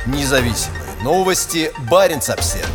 Независимые новости. Баренц-Обсервер.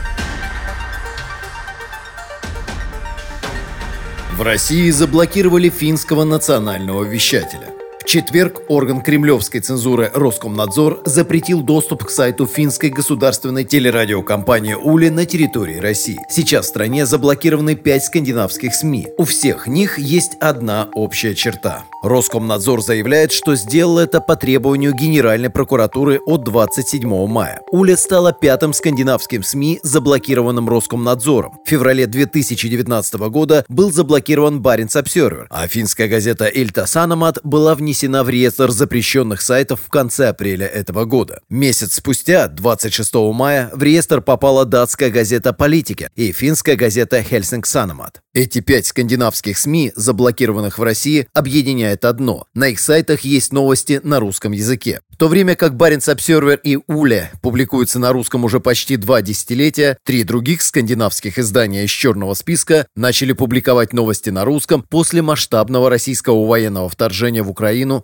В России заблокировали финского национального вещателя. В четверг орган кремлевской цензуры Роскомнадзор запретил доступ к сайту финской государственной телерадиокомпании «Уле» на территории России. Сейчас в стране заблокированы 5 скандинавских СМИ. У всех них есть одна общая черта. Роскомнадзор заявляет, что сделал это по требованию Генеральной прокуратуры от 27 мая. «Уле» стала 5-м скандинавским СМИ, заблокированным Роскомнадзором. В феврале 2019 года был заблокирован Баренц-Обсервер, а финская газета «Илта-Саномат» была внесена в реестр запрещенных сайтов в конце апреля этого года. Месяц спустя, 26 мая, в реестр попала датская газета «Политика» и финская газета «Хельсинг-Саномат». Эти 5 скандинавских СМИ, заблокированных в России, объединяет одно – на их сайтах есть новости на русском языке. В то время как Баренц-Обсервер и «Уле» публикуются на русском уже почти 2 десятилетия, 3 других скандинавских издания из черного списка начали публиковать новости на русском после масштабного российского военного вторжения в Украину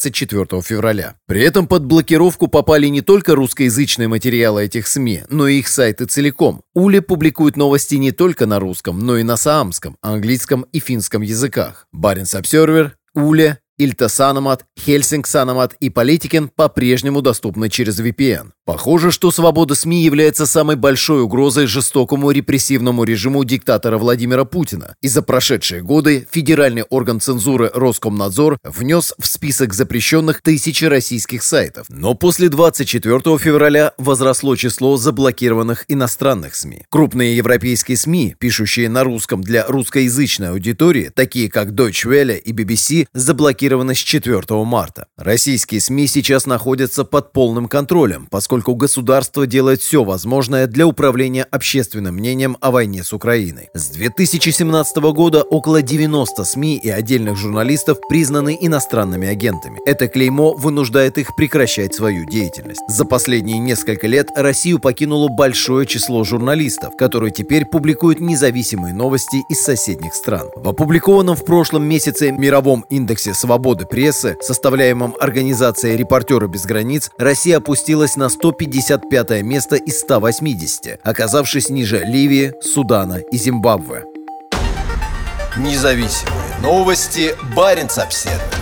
24 февраля. При этом под блокировку попали не только русскоязычные материалы этих СМИ, но и их сайты целиком. «Уле» публикует новости не только на русском, но и на саамском, английском и финском языках. Баренц-Обсервер, «Уле», Илта-Саномат, Хельсинг-Саномат и Политикен по-прежнему доступны через VPN. Похоже, что свобода СМИ является самой большой угрозой жестокому репрессивному режиму диктатора Владимира Путина. И за прошедшие годы федеральный орган цензуры Роскомнадзор внес в список запрещенных тысячи российских сайтов. Но после 24 февраля возросло число заблокированных иностранных СМИ. Крупные европейские СМИ, пишущие на русском для русскоязычной аудитории, такие как Deutsche Welle и BBC, заблокированы с 4 марта. Российские СМИ сейчас находятся под полным контролем, поскольку государство делает все возможное для управления общественным мнением о войне с Украиной. С 2017 года около 90 СМИ и отдельных журналистов признаны иностранными агентами. Это клеймо вынуждает их прекращать свою деятельность. За последние несколько лет Россию покинуло большое число журналистов, которые теперь публикуют независимые новости из соседних стран. В опубликованном в прошлом месяце мировом индексе свободы прессы, составляемом организацией «Репортеры без границ», Россия опустилась на 155 место из 180, оказавшись ниже Ливии, Судана и Зимбабве. Независимые новости. Баренц-Обсервер.